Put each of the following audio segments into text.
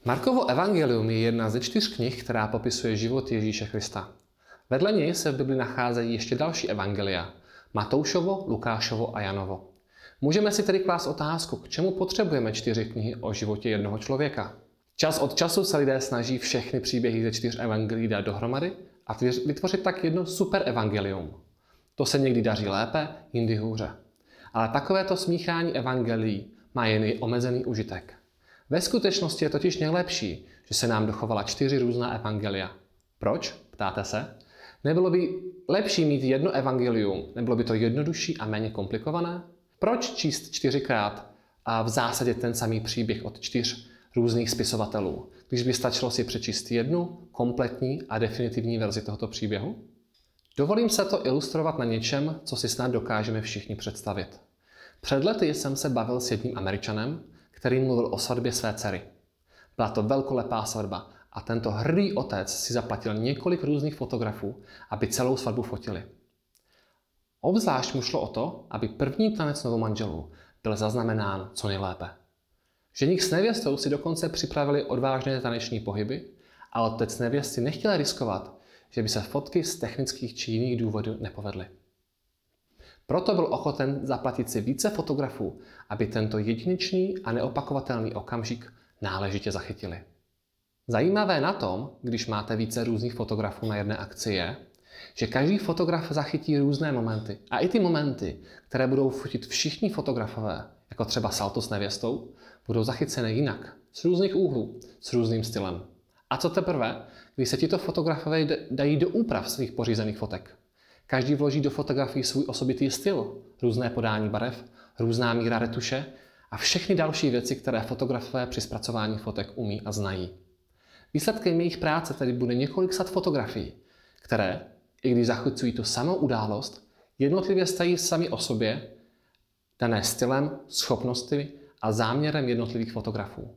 Markovo evangelium je jedna ze 4 knih, která popisuje život Ježíše Krista. Vedle něj se v Bibli nacházejí ještě další evangelia. Matoušovo, Lukášovo a Janovo. Můžeme si tedy klást otázku, k čemu potřebujeme 4 knihy o životě jednoho člověka. Čas od času se lidé snaží všechny příběhy ze 4 evangelií dát dohromady a vytvořit tak jedno super evangelium. To se někdy daří lépe, jindy hůře. Ale takovéto smíchání evangelií má jen omezený užitek. Ve skutečnosti je totiž nejlepší, že se nám dochovala 4 různá evangelia. Proč? Ptáte se? Nebylo by lepší mít jedno evangelium? Nebylo by to jednodušší a méně komplikované? Proč číst 4krát a v zásadě ten samý příběh od 4 různých spisovatelů, když by stačilo si přečíst jednu kompletní a definitivní verzi tohoto příběhu? Dovolím se to ilustrovat na něčem, co si snad dokážeme všichni představit. Před lety jsem se bavil s jedním Američanem, který mluvil o svatbě své dcery. Byla to velkolepá svatba a tento hrdý otec si zaplatil několik různých fotografů, aby celou svatbu fotili. Obzvlášť mu šlo o to, aby první tanec novomanželů byl zaznamenán co nejlépe. Ženich s nevěstou si dokonce připravili odvážné taneční pohyby, ale otec nevěsty nechtěl riskovat, že by se fotky z technických či jiných důvodů nepovedly. Proto byl ochoten zaplatit si více fotografů, aby tento jedinečný a neopakovatelný okamžik náležitě zachytili. Zajímavé na tom, když máte více různých fotografů na jedné akci je, že každý fotograf zachytí různé momenty. A i ty momenty, které budou fotit všichni fotografové, jako třeba salto s nevěstou, budou zachycené jinak, z různých úhlů, s různým stylem. A co teprve, když se tito fotografové dají do úprav svých pořízených fotek? Každý vloží do fotografií svůj osobitý styl, různé podání barev, různá míra retuše a všechny další věci, které fotografové při zpracování fotek umí a znají. Výsledkem jejich práce tedy bude několik set fotografií, které, i když zachycují tu samou událost, jednotlivě stají sami o sobě, dané stylem, schopnostmi a záměrem jednotlivých fotografů.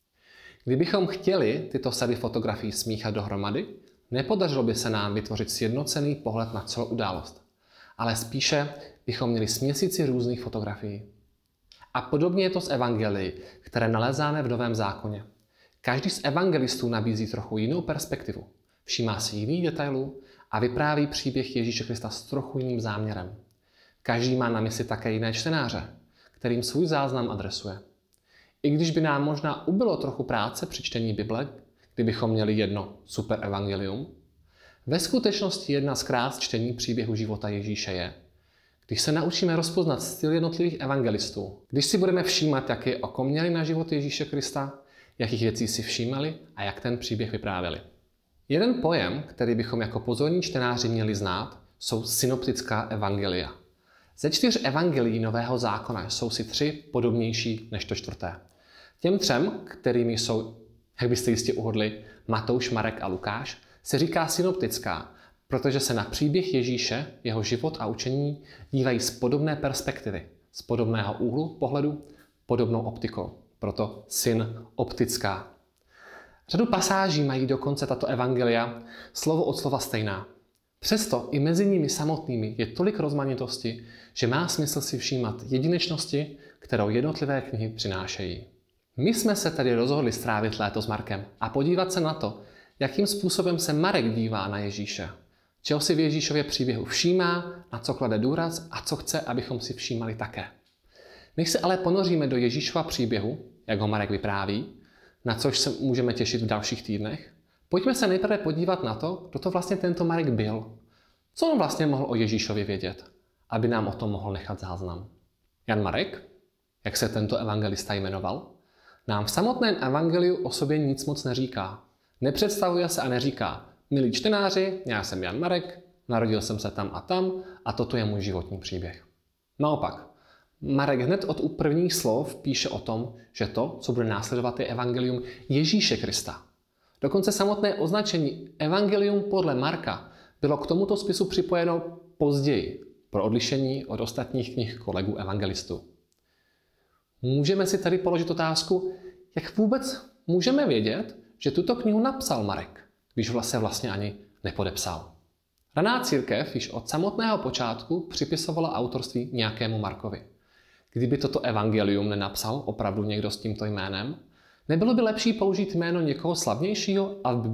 Kdybychom chtěli tyto sady fotografií smíchat dohromady, nepodařilo by se nám vytvořit sjednocený pohled na celou událost, ale spíše bychom měli směsici různých fotografií. A podobně je to s evangelií, které nalézáme v Novém zákoně. Každý z evangelistů nabízí trochu jinou perspektivu, všímá si jiných detailů a vypráví příběh Ježíše Krista s trochu jiným záměrem. Každý má na mysli také jiné čtenáře, kterým svůj záznam adresuje. I když by nám možná ubylo trochu práce při čtení Bible, kdybychom měli jedno super evangelium, ve skutečnosti jedna z krás čtení příběhu života Ježíše je, když se naučíme rozpoznat styl jednotlivých evangelistů, když si budeme všímat, jak je oko měli na život Ježíše Krista, jakých věcí si všímali a jak ten příběh vyprávěli. Jeden pojem, který bychom jako pozorní čtenáři měli znát, jsou synoptická evangelia. Ze 4 evangelií Nového zákona jsou si 3 podobnější než to 4. Těm 3, kterými jsou, jak byste jistě uhodli, Matouš, Marek a Lukáš, se říká synoptická, protože se na příběh Ježíše, jeho život a učení dívají z podobné perspektivy, z podobného úhlu pohledu, podobnou optikou. Proto synoptická. Řadu pasáží mají dokonce tato evangelia slovo od slova stejná. Přesto i mezi nimi samotnými je tolik rozmanitosti, že má smysl si všímat jedinečnosti, kterou jednotlivé knihy přinášejí. My jsme se tedy rozhodli strávit léto s Markem a podívat se na to, jakým způsobem se Marek dívá na Ježíše, čeho si v Ježíšově příběhu všímá, na co klade důraz a co chce, abychom si všímali také. Než se ale ponoříme do Ježíšova příběhu, jak ho Marek vypráví, na což se můžeme těšit v dalších týdnech, pojďme se nejprve podívat na to, kdo to vlastně tento Marek byl. Co on vlastně mohl o Ježíšově vědět, aby nám o tom mohl nechat záznam. Jan Marek, jak se tento evangelista jmenoval, nám v samotném evangeliu o sobě nic moc neříká. Nepředstavuje se a neříká: milí čtenáři, já jsem Jan Marek, narodil jsem se tam a toto je můj životní příběh. Naopak, Marek hned od prvních slov píše o tom, že to, co bude následovat, je evangelium Ježíše Krista. Dokonce samotné označení evangelium podle Marka bylo k tomuto spisu připojeno později, pro odlišení od ostatních knih kolegů evangelistů. Můžeme si tady položit otázku, jak vůbec můžeme vědět, že tuto knihu napsal Marek, když se vlastně ani nepodepsal. Raná církev již od samotného počátku připisovala autorství nějakému Markovi. Kdyby toto evangelium nenapsal opravdu někdo s tímto jménem, Nebylo by lepší použít jméno někoho slavnějšího a v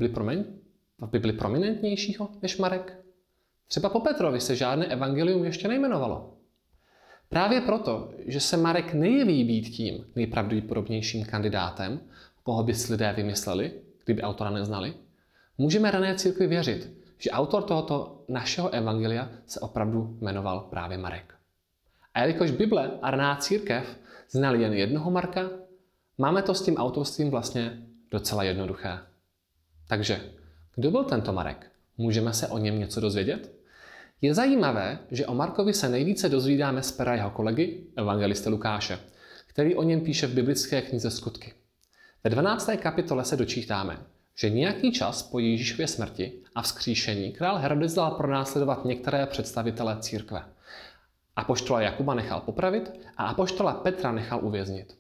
Bibli prominentnějšího než Marek? Třeba po Petrovi se žádné evangelium ještě nejmenovalo. Právě proto, že se Marek nejeví být tím nejpravděpodobnějším kandidátem, koho by si lidé vymysleli, kdyby autora neznali, můžeme rané církvi věřit, že autor tohoto našeho evangelia se opravdu jmenoval právě Marek. A jelikož Bible a raná církev znali jen jednoho Marka, máme to s tím autorstvím vlastně docela jednoduché. Takže, kdo byl tento Marek? Můžeme se o něm něco dozvědět? Je zajímavé, že o Markovi se nejvíce dozvídáme z pera jeho kolegy, evangelisty Lukáše, který o něm píše v biblické knize Skutky. Ve 12. kapitole se dočítáme, že nějaký čas po Ježíšově smrti a vzkříšení král Herodes dal pronásledovat některé představitele církve. Apoštola Jakuba nechal popravit a apoštola Petra nechal uvěznit.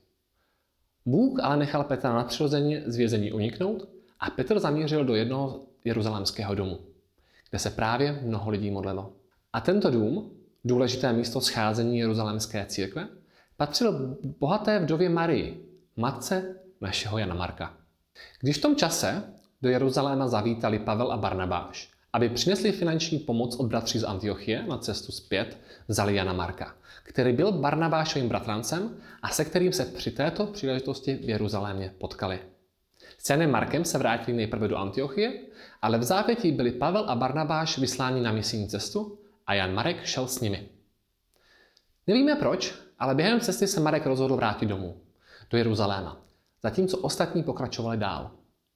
Bůh ale nechal Petra nadpřirozeně z vězení uniknout a Petr zamířil do jednoho jeruzalémského domu, kde se právě mnoho lidí modlilo. A tento dům, důležité místo scházení jeruzalémské církve, patřil bohaté vdově Marii, matce našeho Jana Marka. Když v tom čase do Jeruzaléma zavítali Pavel a Barnabáš, aby přinesli finanční pomoc od bratří z Antiochie na cestu zpět, vzali Jana Marka, který byl Barnabášovým bratrancem a se kterým se při této příležitosti v Jeruzalémě potkali. S Janem Markem se vrátili nejprve do Antiochie, ale v zápětí byli Pavel a Barnabáš vysláni na misijní cestu a Jan Marek šel s nimi. Nevíme proč, ale během cesty se Marek rozhodl vrátit domů, do Jeruzaléma, zatímco ostatní pokračovali dál.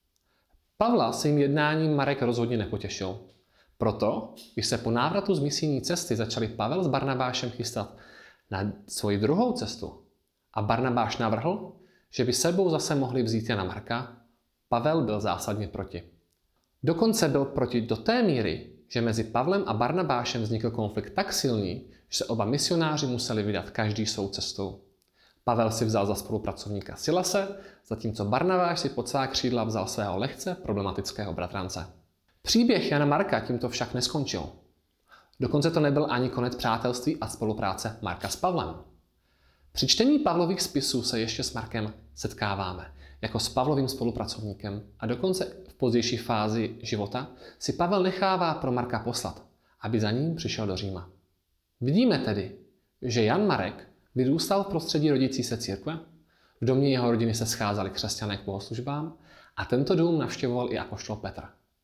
Pavla svým jednáním Marek rozhodně nepotěšil. Proto, když se po návratu z misijní cesty začali Pavel s Barnabášem chystat na svoji druhou cestu a Barnabáš navrhl, že by sebou zase mohli vzít Jana Marka, Pavel byl zásadně proti. Dokonce byl proti do té míry, že mezi Pavlem a Barnabášem vznikl konflikt tak silný, že se oba misionáři museli vydat každý svou cestou. Pavel si vzal za spolupracovníka Silase, zatímco Barnabáš si pod svá křídla vzal svého lehce problematického bratrance. Příběh Jana Marka tímto však neskončil. Dokonce to nebyl ani konec přátelství a spolupráce Marka s Pavlem. Při čtení Pavlových spisů se ještě s Markem setkáváme, jako s Pavlovým spolupracovníkem a dokonce v pozdější fázi života si Pavel nechává pro Marka poslat, aby za ním přišel do Říma. Vidíme tedy, že Jan Marek vyrůstal v prostředí rodící se církve, v domě jeho rodiny se scházeli křesťané k bohoslužbám a tento dům navštěvoval i apoštol Petr.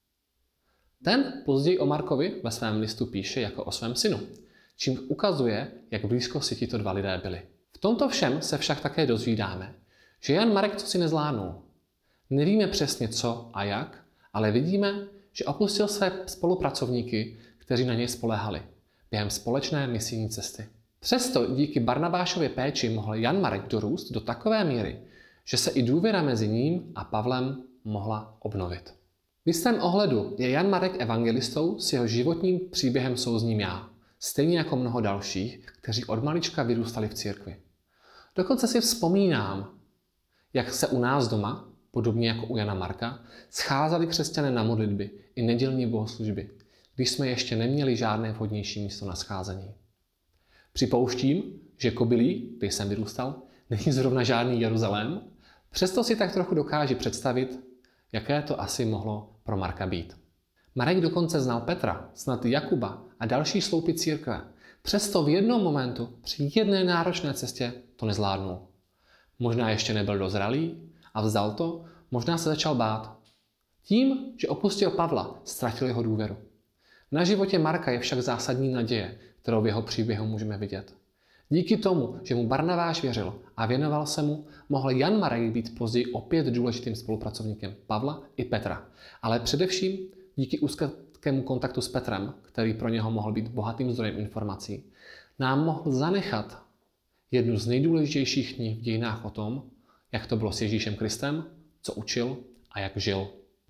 Ten později o Markovi ve svém listu píše jako o svém synu, čím ukazuje, jak blízko si tito dva lidé byli. V tomto všem se však také dozvídáme, že Jan Marek co si nezvládnul. Nevíme přesně co a jak, ale vidíme, že opustil své spolupracovníky, kteří na něj spoléhali během společné misijní cesty. Přesto díky Barnabášově péči mohl Jan Marek dorůst do takové míry, že se i důvěra mezi ním a Pavlem mohla obnovit. V jistém ohledu je Jan Marek evangelistou, s jeho životním příběhem souzním já, stejně jako mnoho dalších, kteří od malička vyrůstali v církvi. Dokonce si vzpomínám, jak se u nás doma, podobně jako u Jana Marka, scházeli křesťané na modlitby i nedělní bohoslužby, když jsme ještě neměli žádné vhodnější místo na scházení. Připouštím, že Kobylí, kde jsem vyrůstal, není zrovna žádný Jeruzalém, přesto si tak trochu dokáži představit, jaké to asi mohlo pro Marka být. Marek dokonce znal Petra, snad i Jakuba a další sloupy církve. Přesto v jednom momentu při jedné náročné cestě to nezvládnul. Možná ještě nebyl dozralý a vzdal to, možná se začal bát. Tím, že opustil Pavla, ztratil jeho důvěru. Na životě Marka je však zásadní naděje, kterou v jeho příběhu můžeme vidět. Díky tomu, že mu Barnabáš věřil a věnoval se mu, mohl Jan Marek být později opět důležitým spolupracovníkem Pavla i Petra. Ale především díky úzkému kontaktu s Petrem, který pro něho mohl být bohatým zdrojem informací, nám mohl zanechat jednu z nejdůležitějších knih v dějinách o tom, jak to bylo s Ježíšem Kristem, co učil a jak žil.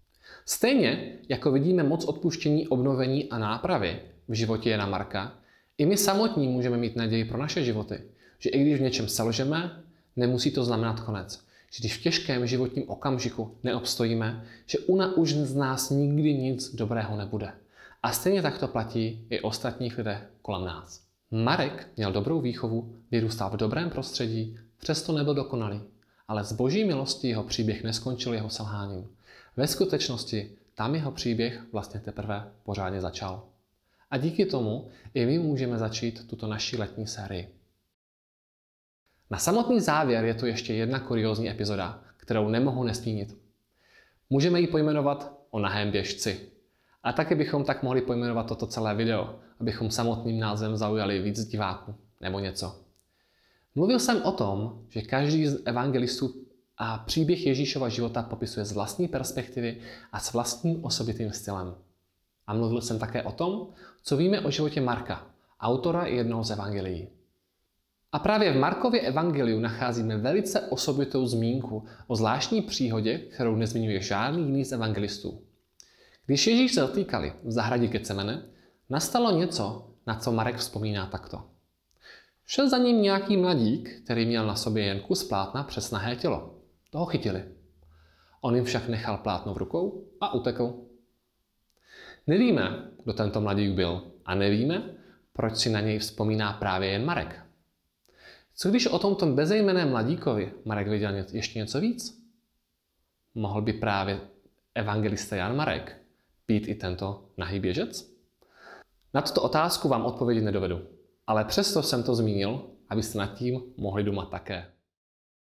Stejně jako vidíme moc odpuštění, obnovení a nápravy v životě Jana Marka, i my samotní můžeme mít naději pro naše životy, že i když v něčem selžeme, nemusí to znamenat konec. Že když v těžkém životním okamžiku neobstojíme, že už z nás nikdy nic dobrého nebude. A stejně tak to platí i ostatních lidé kolem nás. Marek měl dobrou výchovu, vyrůstal v dobrém prostředí, přesto nebyl dokonalý. Ale z boží milosti jeho příběh neskončil jeho selháním. Ve skutečnosti tam jeho příběh vlastně teprve pořádně začal. A díky tomu i my můžeme začít tuto naši letní sérii. Na samotný závěr je tu ještě jedna kuriózní epizoda, kterou nemohu nezmínit. Můžeme ji pojmenovat o nahém běžci. A taky bychom tak mohli pojmenovat toto celé video, abychom samotným názvem zaujali víc diváků nebo něco. Mluvil jsem o tom, že každý z evangelistů a příběh Ježíšova života popisuje z vlastní perspektivy a s vlastním osobitým stylem. A mluvil jsem také o tom, co víme o životě Marka, autora jednoho z evangelií. A právě v Markově evangeliu nacházíme velice osobitou zmínku o zvláštní příhodě, kterou nezmiňuje žádný jiný z evangelistů. Když Ježíš zatýkali v zahradě Getsemane, nastalo něco, na co Marek vzpomíná takto. Šel za ním nějaký mladík, který měl na sobě jen kus plátna přes nahé tělo. Toho chytili. On jim však nechal plátno v rukou a utekl. Nevíme, kdo tento mladík byl a nevíme, proč si na něj vzpomíná právě jen Marek. Co když o tomto bezejmenném mladíkovi Marek věděl ještě něco víc? Mohl by právě evangelista Jan Marek být i tento nahý běžec? Na tuto otázku vám odpovědět nedovedu, ale přesto jsem to zmínil, abyste nad tím mohli dumat také.